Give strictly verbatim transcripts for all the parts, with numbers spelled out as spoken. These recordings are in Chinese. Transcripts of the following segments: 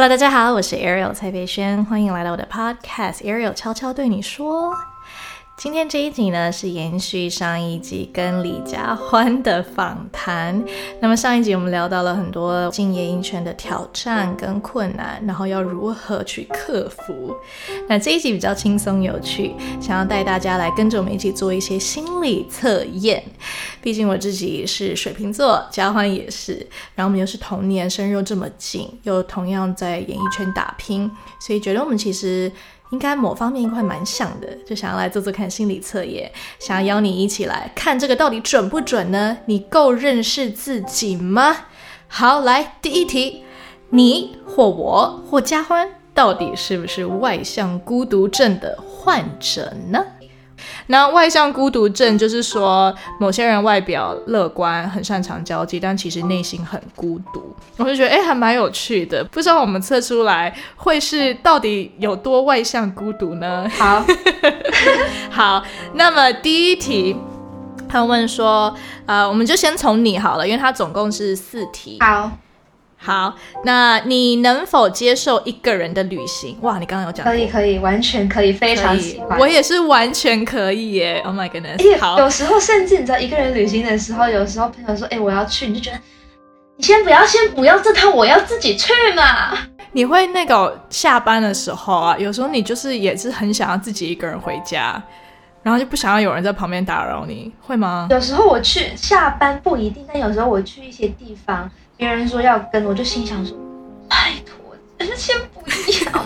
Hello， 大家好，我是 Ariel 蔡培轩，欢迎来到我的 Podcast Ariel 悄悄对你说。今天这一集呢是延续上一集跟李佳欢的访谈。那么上一集我们聊到了很多进演艺圈的挑战跟困难，然后要如何去克服。那这一集比较轻松有趣，想要带大家来跟着我们一起做一些心理测验。毕竟我自己是水瓶座，佳欢也是，然后我们又是同年，生日又这么近，又同样在演艺圈打拼，所以觉得我们其实应该某方面会蛮像的，就想要来做做看心理测验，想要邀你一起来看这个到底准不准呢？你够认识自己吗？好，来第一题，你或我或佳欢到底是不是外向孤独症的患者呢？那外向孤独症就是说某些人外表乐观，很擅长交际，但其实内心很孤独。我就觉得哎，还蛮有趣的，不知道我们测出来会是到底有多外向孤独呢？ 好好，那么第一题他问说呃，我们就先从你好了，因为它总共是四题。 好好，那你能否接受一个人的旅行？哇，你刚刚有讲过。 可以可以，完全可以，非常喜欢。 我也是完全可以耶 Oh my goodness。 好， 有时候甚至你知道一个人旅行的时候，有时候朋友说哎、欸，我要去，你就觉得你先不要先不要这趟，我要自己去嘛。 你会那个下班的时候啊，有时候你就是也是很想要自己一个人回家，然后就不想要有人在旁边打扰你，会吗？ 有时候我去下班不一定，但有时候我去一些地方，别人说要跟，我就心想说拜托先不要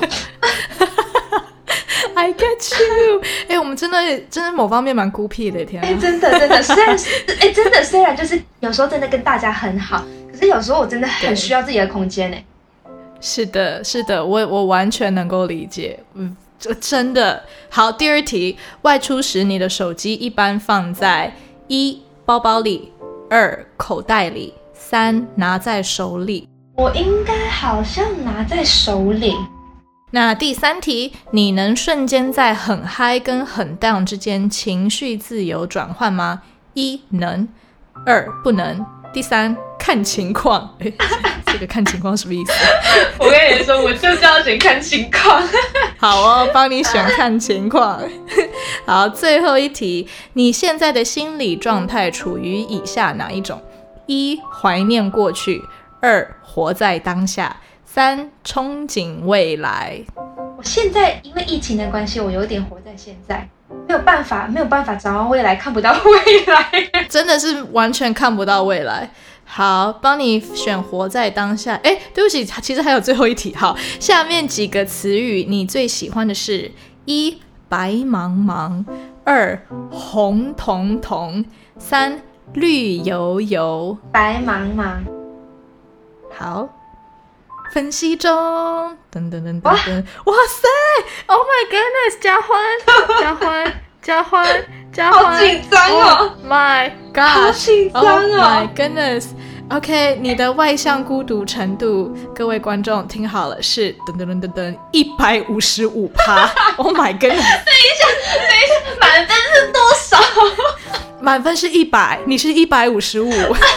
I get you。 哎、欸，我们真的真的某方面蛮孤僻的，天啊！ 哎、欸，真的真的，虽然哎、欸，真的虽然就是有时候真的跟大家很好，可是有时候我真的很需要自己的空间。哎， 是的，是的，我我完全能够理解，嗯，真的。好，第二题，外出时你的手机一般放在一包包里，二口袋里，三拿在手里。 我应该好像拿在手里。 那第三题，你能瞬间在很嗨跟很 down 之间情绪自由转换吗？一能，二不能，第三看情况。诶，这个看情况什么意思？ 我跟你说，我就是要选看情况。 好哦，帮你选看情况。好，最后一题，你现在的心理状态处于以下哪一种？一怀念过去，二活在当下，三憧憬未来。 我现在因为疫情的关系，我有点活在现在，没有办法没有办法展望未来，看不到未来。 真的是完全看不到未来。好，帮你选活在当下。哎，对不起，其实还有最后一题。好，下面几个词语你最喜欢的是：一白茫茫，二红彤彤，三绿油油。 白茫茫。 好，分析中，噔噔噔噔噔，哇塞 ！Oh my goodness， 佳欢，佳欢，佳欢，佳欢， 好紧张哦 ！Oh my god， 好紧张哦 ！Oh my goodness。OK， 你的外向孤独程度，各位观众听好了，是噔噔噔噔噔一百五十五趴。Oh my goodness！ 等一下，等一下，满分是多少？ 满分是一百，你是一百五十五。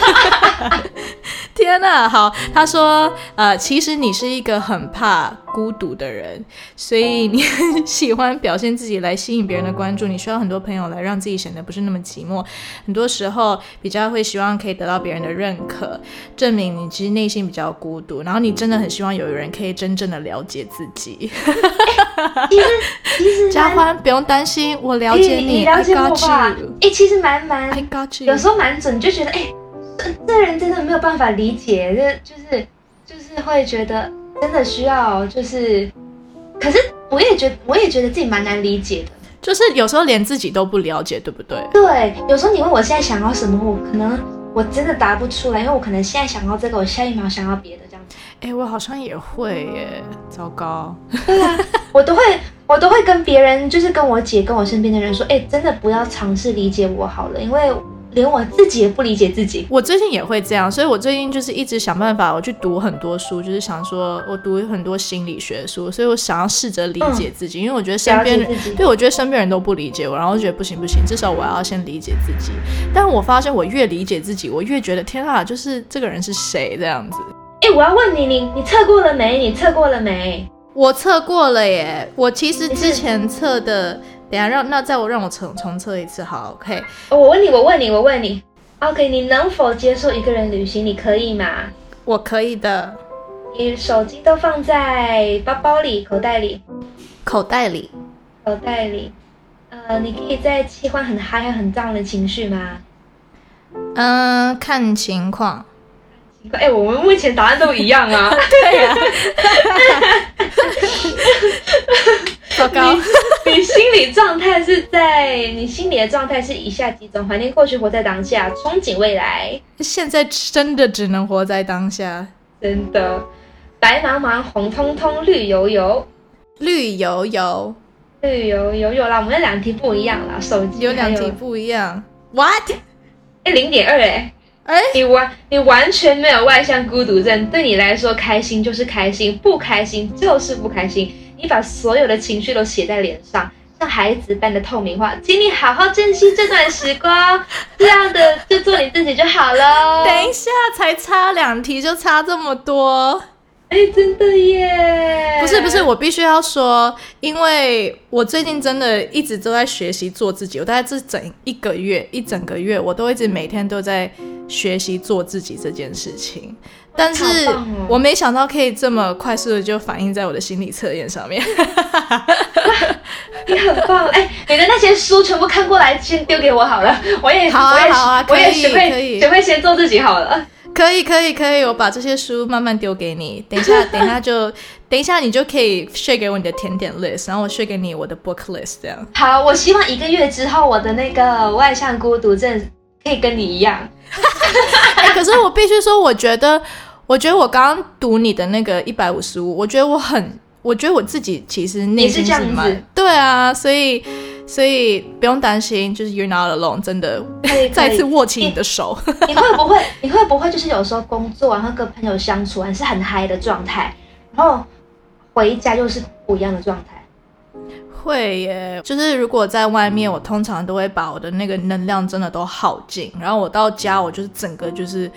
天哪，好，他说，呃，其实你是一个很怕孤独的人，所以你很喜欢表现自己来吸引别人的关注，你需要很多朋友来让自己显得不是那么寂寞。很多时候比较会希望可以得到别人的认可，证明你其实内心比较孤独，然后你真的很希望有人可以真正的了解自己。 欸、其实其实佳欢不用担心，我了解你， 你了解我吧？ 哎、 欸，其实蛮蛮 I got you， 有时候蛮准，就觉得哎。欸这人真的没有办法理解，就就是就是会觉得真的需要，就是可是我也觉得我也觉得自己蛮难理解的， 就是有时候连自己都不了解，对不对？ 对，有时候你问我现在想要什么，我可能我真的答不出来，因为我可能现在想要这个，我下一秒想要别的这样子。 哎，我好像也会耶，糟糕。 对啊，我都会我都会跟别人，就是跟我姐跟我身边的人说，哎，真的不要尝试理解我好了，因为连我自己也不理解自己。 我最近也会这样，所以我最近就是一直想办法，我去读很多书，就是想说我读很多心理学书，所以我想要试着理解自己，嗯、因为我觉得身边人，对我觉得身边人都不理解我，然后我觉得不行不行，至少我要先理解自己。但我发现我越理解自己，我越觉得天啊，就是这个人是谁这样子。 哎、 哎，我要问你，你你测过了没？你测过了没？ 我测过了耶，我其实之前测的，等一下让那再我让我重重测一次好 ，OK？ 我问你，我问你，我问你 ，OK？ 你能否接受一个人旅行？你可以吗？ 我可以的。 你手机都放在包包里、口袋里？ 口袋里。 口袋里。呃，你可以在切换很嗨、很脏的情绪吗？ 嗯，看情况。 哎、欸，我们目前答案都一样啊。 对呀、啊。糟糕。 你, 你心理状态是在你心里的状态是以下几种：怀念过去，活在当下，憧憬未来。 现在真的只能活在当下。 真的，白茫茫，红彤彤，绿油油。 绿油油。 绿油油有啦，我们那两题不一样啦，手机有两题不一样。What？ 哎，零点二哎。哎，你完你完全没有外向孤独症，对你来说开心就是开心，不开心就是不开心。你把所有的情绪都写在脸上，像孩子般的透明化，请你好好珍惜这段时光，这样的就做你自己就好了。 等一下，才差两题就差这么多。 哎，真的耶！ 不是不是，我必须要说，因为我最近真的一直都在学习做自己，我大概这整一个月一整个月，我都一直每天都在学习做自己这件事情。但是我没想到可以这么快速的就反映在我的心理测验上面。 你很棒！哎，你的那些书全部看过来，先丢给我好了。我也好啊我也好啊， 我也学会学会先做自己好了。 可以可以可以，我把这些书慢慢丢给你。等一下等一下就等一下你就可以 share 给我你的甜点 list， 然后我 share 给你我的 book list， 这样。 好，我希望一个月之后我的那个外向孤独症可以跟你一样。 欸、可是我必须说，我觉得我觉得我刚刚读你的那个一百五十五，我觉得我很我觉得我自己其实内心是蛮， 你是这样子， 对啊，所以所以不用担心，就是 you're not alone， 真的再次握起你的手。 你, 你会不会你会不会就是有时候工作然后跟朋友相处完是很嗨的状态，然后回家又是不一样的状态？ 会耶，就是如果在外面，我通常都会把我的那个能量真的都耗尽，然后我到家我就是整个就是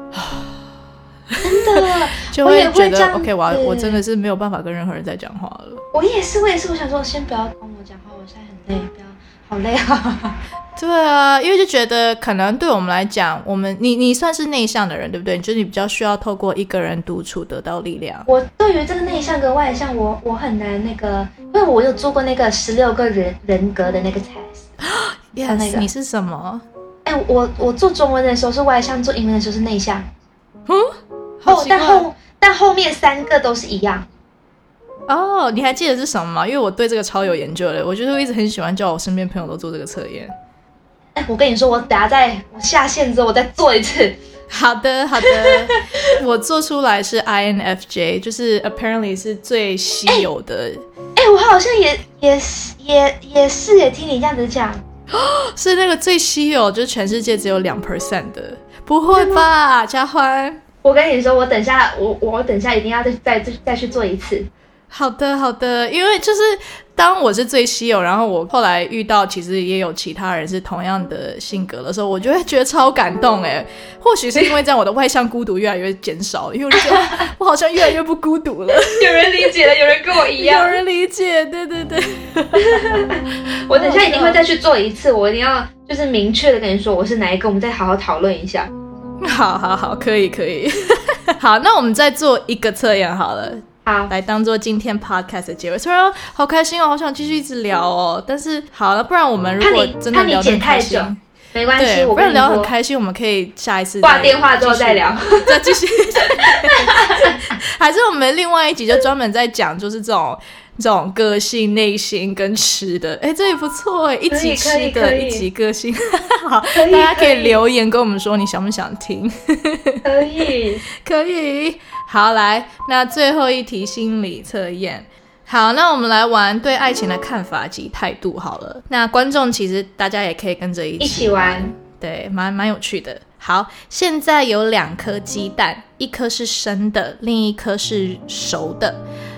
真的就会觉得 OK， 我我真的是没有办法跟任何人再讲话了。 我也是我也是我想说先不要跟我讲话，我现在很累，不要好累啊。 对啊，因为就觉得可能对我们来讲，我们你你算是内向的人对不对？就是你比较需要透过一个人独处得到力量。 我对于这个内向跟外向我我很难那个，因为我有做过那个十六个人人格的那个 test。yes， 那个你是什么？ 哎、欸，我我做中文的时候是外向，做英文的时候是内向。 嗯，好奇怪。 但后但后面三个都是一样。 哦，你还记得是什么吗？因为我对这个超有研究的，我就是一直很喜欢叫我身边朋友都做这个测验。 哎，我跟你说，我等下在我下线之后，我再做一次。 好的，好的。我做出来是 I N F J， 就是 apparently 是最稀有的。 哎、欸，我好像也也也也是也听你这样子讲， 是那个最稀有，就是全世界只有两 percent 的。不会吧，嘉欢？ 我跟你说，我等下我我等下一定要再再再去做一次。 好的，好的，因为就是当我是最稀有，然后我后来遇到其实也有其他人是同样的性格的时候，我就会觉得超感动哎。或许是因为这样，我的外向孤独越来越减少，因为我就觉得我好像越来越不孤独了。 有人理解了，有人跟我一样， 有人理解，对对对。 我等一下一定会再去做一次，我一定要就是明确的跟你说我是哪一个，我们再好好讨论一下。 好好好，可以可以。好，那我们再做一个测验好了。 好， 来当做今天 podcast 的结尾。虽然好开心哦，好想继续一直聊哦，但是好了，不然我们如果真的聊得很开心， 没关系， 不然聊得很开心，我们可以下一次挂电话之后再聊， 再继续。还是我们另外一集就专门在讲，就是这种这种个性、内心跟吃的，哎，这也不错哎，一集吃的，一集个性。好，大家可以留言跟我们说你想不想听。 可以， 可以。好，来，那最后一题心理测验。好，那我们来玩对爱情的看法及态度好了。那观众其实大家也可以跟着一起一起玩， 对，蛮蛮有趣的。好，现在有两颗鸡蛋，一颗是生的，另一颗是熟的。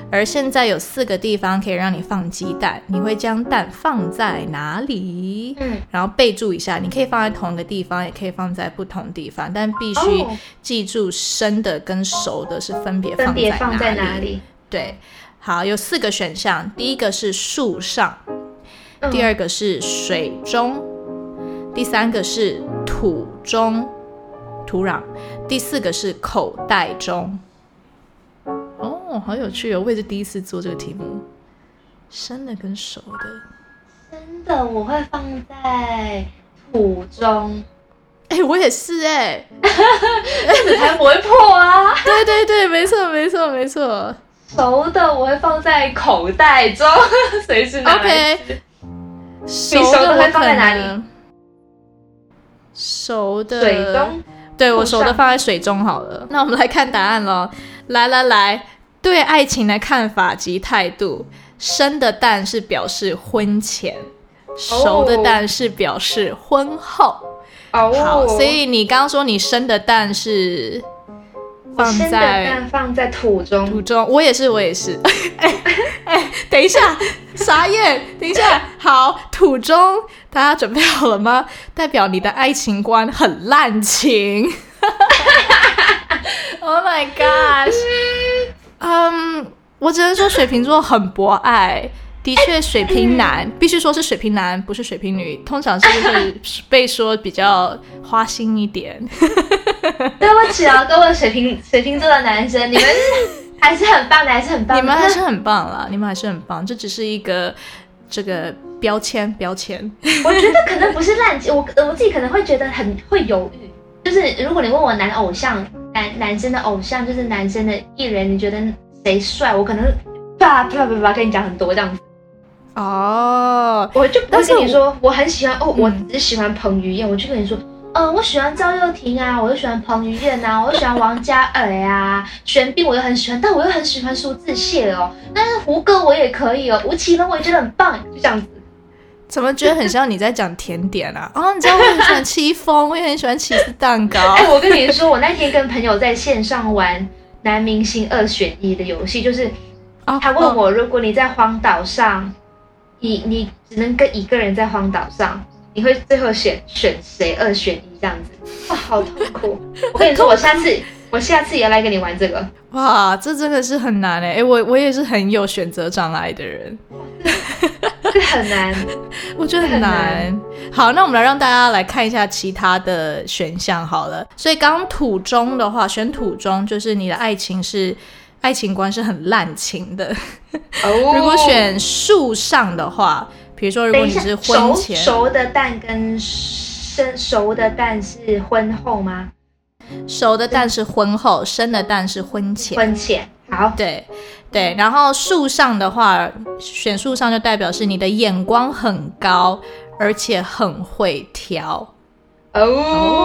而现在有四个地方可以让你放鸡蛋，你会将蛋放在哪里？嗯，然后备注一下，你可以放在同一个地方，也可以放在不同地方，但必须记住生的跟熟的是分别放在哪里。分别放在哪里？对，好，有四个选项，第一个是树上，嗯、第二个是水中，第三个是土中，土壤，第四个是口袋中。哦，好有趣哦！我也是第一次做这个题目，生的跟熟的。 生的我会放在土中。 哎、欸，我也是哎、欸， 这样子才不会破啊！ 对对对，没错没错没错。 熟的我会放在口袋中，随时拿来吃。 OK， 熟的会放在哪里？熟的水中。 对，我熟的放在水中好了。那我们来看答案咯。来来来，对爱情的看法及态度，生的蛋是表示婚前，熟的蛋是表示婚后。哦，好，所以你刚刚说你生的蛋是放在生的蛋放在土中， 土中，我也是，我也是。哎哎，等一下，傻眼，等一下，好，土中，大家准备好了吗？代表你的爱情观很滥情。Oh my gosh！ 嗯、um, ，我只能说水瓶座很博爱，的确水瓶男必须说是水瓶男，不是水瓶女，通常是会被说比较花心一点。 对不起啊，各位水瓶水瓶座的男生，你们还是很棒的，还是很棒的， 你们还是很棒啦，你们还是很棒，这只是一个这个标签标签。 我觉得可能不是滥情，我我自己可能会觉得很会犹豫。就是如果你问我男偶像男男生的偶像，就是男生的艺人，你觉得谁帅？我可能啪啪啪啪跟你讲很多这样子。哦，我就不会跟你说 我, 我很喜欢哦、嗯，我只喜欢彭于晏，我就跟你说，呃，我喜欢赵又廷啊，我又喜欢彭于晏啊，我又喜欢王嘉尔啊，玄彬我又很喜欢，但我又很喜欢苏志燮哦。但是胡歌我也可以哦，吴奇隆我也觉得很棒，就这样子。 怎么觉得很像你在讲甜点啊？哦，你知道我很喜欢戚风，我也很喜欢起司蛋糕。 哎、欸，我跟你说，我那天跟朋友在线上玩男明星二选一的游戏，就是他问我，如果你在荒岛上，你你只能跟一个人在荒岛上，你会最后选选谁？二选一这样子，哇，好痛苦！我跟你说，我下次我下次也要来跟你玩这个。 哇，这真的是很难哎！哎，我我也是很有选择障碍的人。 这很难， 我觉得很难。好，那我们来让大家来看一下其他的选项好了。所以刚刚土中的话，选土中就是你的爱情是爱情观是很滥情的。Oh. 如果选树上的话，比如说如果你是婚前， 熟熟的蛋跟生熟的蛋是婚后吗？ 熟的蛋是婚后，生的蛋是婚前。 婚前，好， 对。对，然后树上的话，选树上就代表是你的眼光很高，而且很会挑。哦、oh ，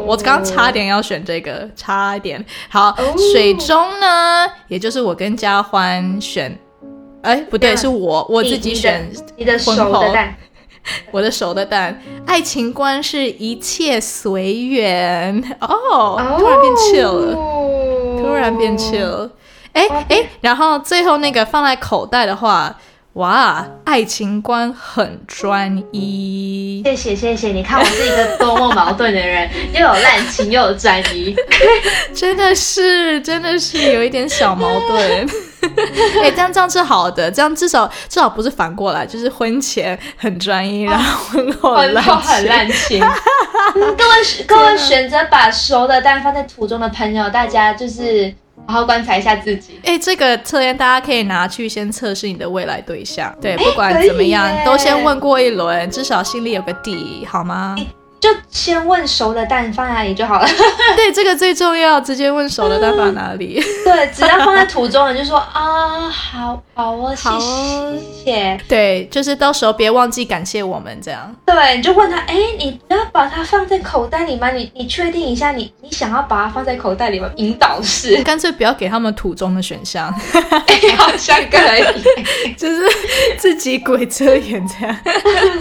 我刚差点要选这个，差一点。好， oh 水中呢，也就是我跟嘉欢选，哎，不对，是我我自己选你的熟的蛋， 我的熟的蛋，爱情观是一切随缘。哦、oh ，突然变 chill 了， oh 突然变 chill。哎哎，然后最后那个放在口袋的话，哇，爱情观很专一。 谢谢谢谢，你看我是一个多么矛盾的人，又有滥情又有专一， 真的是真的是有一点小矛盾。哎、欸，这样这样是好的，这样至少至少不是反过来，就是婚前很专一，然后婚后很滥情。 很滥情嗯、各位各位选择把熟的蛋放在土中的朋友，大家就是好好观察一下自己。 哎、欸，这个测验大家可以拿去先测试你的未来对象，对，不管怎么样，都先问过一轮，至少心里有个底，好吗？ 欸就先问熟的蛋放在哪里就好了。 对，这个最重要，直接问熟的蛋放在哪里。 对，只要放在土中，你就说啊，好好哦，谢谢谢谢。 对，就是到时候别忘记感谢我们这样。 对，你就问他，哎，你不要把它放在口袋里吗？你你确定一下你，你想要把它放在口袋里吗？引导式， 干脆不要给他们土中的选项。 哎，好像可以， 就是自己鬼遮眼这样。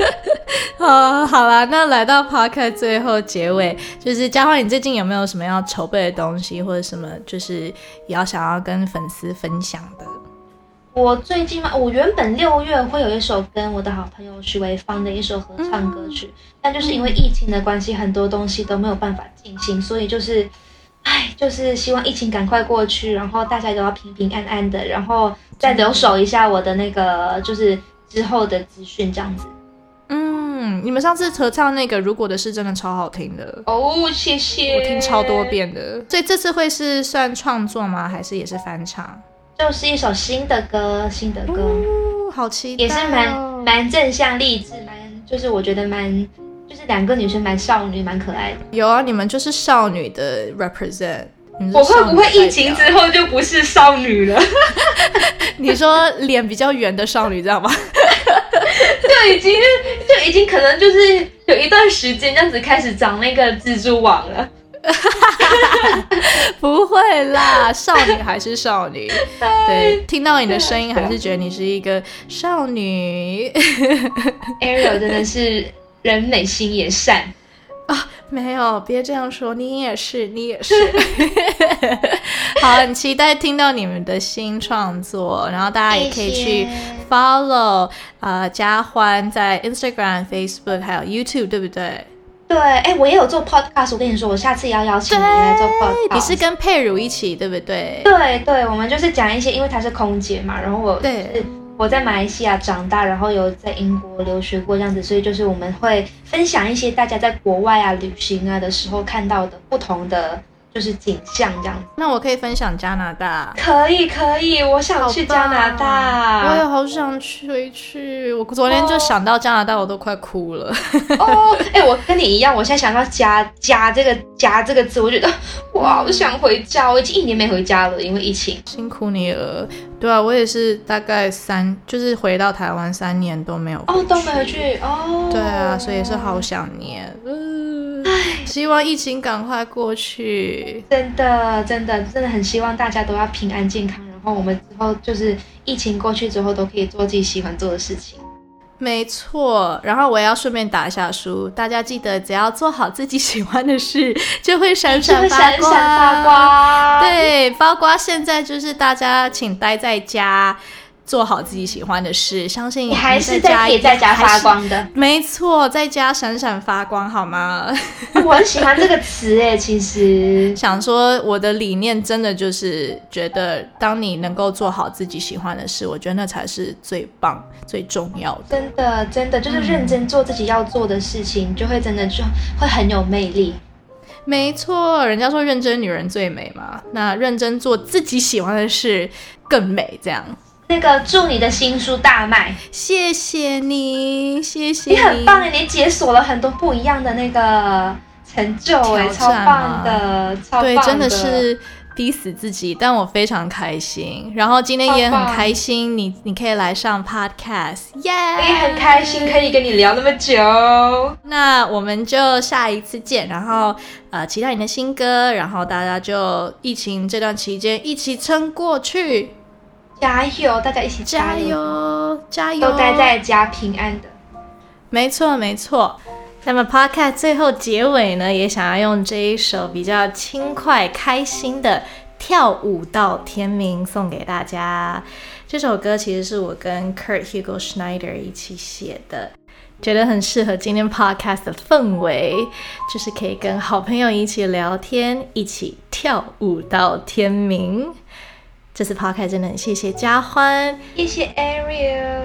好，好啦，那来到 podcast 最后结尾，就是嘉欢，你最近有没有什么要筹备的东西，或者什么就是也要想要跟粉丝分享的？ 我最近嘛，我原本六月会有一首跟我的好朋友许维芳的一首合唱歌曲，嗯、但就是因为疫情的关系，很多东西都没有办法进行，所以就是，唉，就是希望疫情赶快过去，然后大家都要平平安安的，然后再留守一下我的那个就是之后的资讯这样子。 嗯，你们上次合唱那个如果的事真的超好听的哦，谢谢， 我听超多遍的。所以这次会是算创作吗？还是也是翻唱？ 就是一首新的歌，新的歌， 哦、好期待、哦， 也是蛮蛮正向励志，蛮就是我觉得蛮就是两个女生蛮少女，蛮可爱的。 有啊，你们就是少女的 represent。 我会不会疫情之后就不是少女了？ 你说脸比较圆的少女，知道吗？ 就已经就已经可能就是有一段时间这样子开始长那个蜘蛛网了。 不会啦，少女还是少女。对，听到你的声音还是觉得你是一个少女。 Ariel 真的是人美心也善啊，没有，别这样说，你也是，你也是。好，很期待听到你们的新创作，然后大家也可以去 follow 呃嘉欢在 Instagram、Facebook 还有 YouTube， 对不对？ 对，哎，我也有做 podcast， 我跟你说，我下次也要邀请你来做 podcast。 你是跟佩如一起，对不对？ 对对，我们就是讲一些，因为她是空姐嘛，然后我对。 我在马来西亚长大，然后有在英国留学过这样子，所以就是我们会分享一些大家在国外啊旅行啊的时候看到的不同的就是景象这样子。 那我可以分享加拿大？ 可以可以，我想去加拿大。 我也好想去去，我昨天就想到加拿大，我都快哭了。 哦，哎、欸，我跟你一样，我现在想到家家这个家这个字，我觉得哇，我想回家。我已经一年没回家了，因为疫情。 辛苦你了。对啊，我也是大概三，就是回到台湾三年都没有回去。 哦，都没有去哦。 对啊，所以是好想念。嗯、呃，希望疫情赶快过去。 真的，真的，真的很希望大家都要平安健康，然后我们之后就是疫情过去之后都可以做自己喜欢做的事情。 没错，然后我也要顺便打一下书，大家记得只要做好自己喜欢的事，就会闪闪发光。闪闪发光。对，包括现在就是大家请待在家，做好自己喜欢的事，相信你还是在可以在家发光的。 没错，在家闪闪发光，好吗？ 我很喜欢这个词耶，其实想说我的理念真的就是觉得，当你能够做好自己喜欢的事，我觉得那才是最棒、最重要的。 真的，真的就是认真做自己要做的事情，嗯、就会真的就会很有魅力。 没错，人家说认真女人最美嘛，那认真做自己喜欢的事更美，这样。 那个祝你的新书大卖， 谢谢你，谢谢你， 你很棒耶，你解锁了很多不一样的那个成就哎，超棒的，超棒的， 对，真的是逼死自己，但我非常开心。然后今天也很开心，你你可以来上 podcast， 耶、yeah! ！ 我也很开心可以跟你聊那么久。 那我们就下一次见，然后呃，期待你的新歌，然后大家就疫情这段期间一起撑过去。 加油，大家一起加油， 加油，加油！ 都待在家平安的。 没错，没错。那么 podcast 最后结尾呢，也想要用这一首比较轻快、开心的《跳舞到天明》送给大家。这首歌其实是我跟 Kurt Hugo Schneider 一起写的，觉得很适合今天 podcast 的氛围，就是可以跟好朋友一起聊天，一起跳舞到天明。这次 podcast 真的很谢谢嘉欢， 谢谢 Ariel，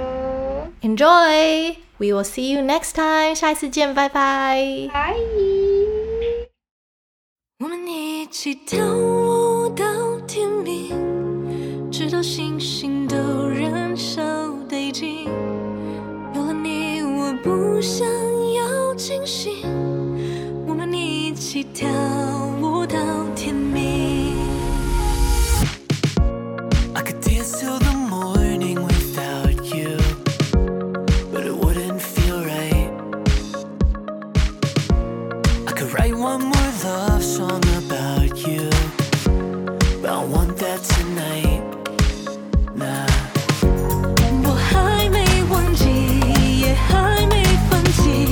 Enjoy， we will see you next time， 下一次见，拜拜， 拜。 我们一起跳舞到天明，直到星星都燃烧殆尽。有了你，我不想要清醒，我们一起跳舞到天明。Till the morning without you, but it wouldn't feel right. I could write one more love song about you, but I want that tonight. Nah, 我还没忘记，也还没放弃。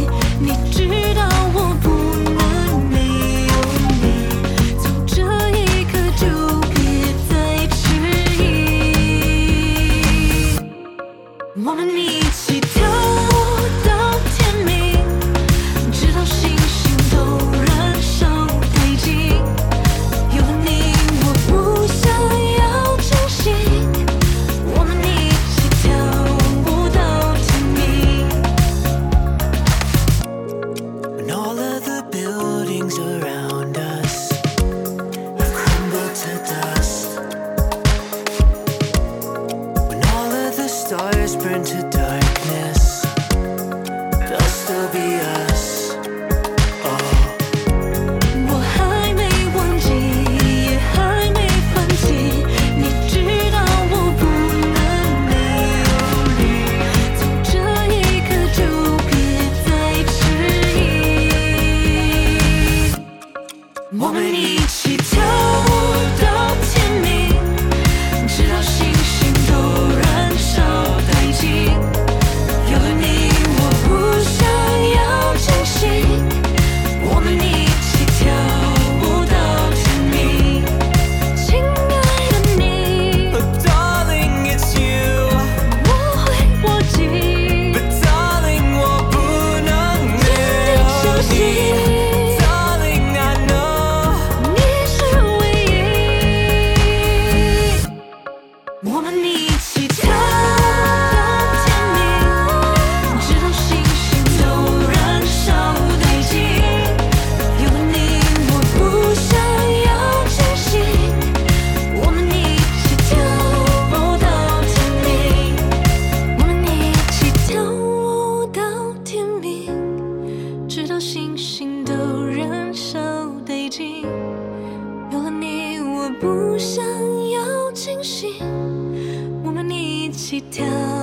我们一起跳舞到天明，直到星星都燃烧殆尽。有了你，我不想要清醒，我们一起跳舞到天明。亲爱的你 Oh darling, it's you. 我会握紧 But darling, 我不能没有你。Darling, I know. 你是唯一，我们一起跳到天明，直到星星都燃烧殆尽。有了你，我不想要清醒，我们一起跳舞到天明，我们一起跳舞到天明，直到星星都燃烧殆尽。有了你，我不想要清醒，我们一起跳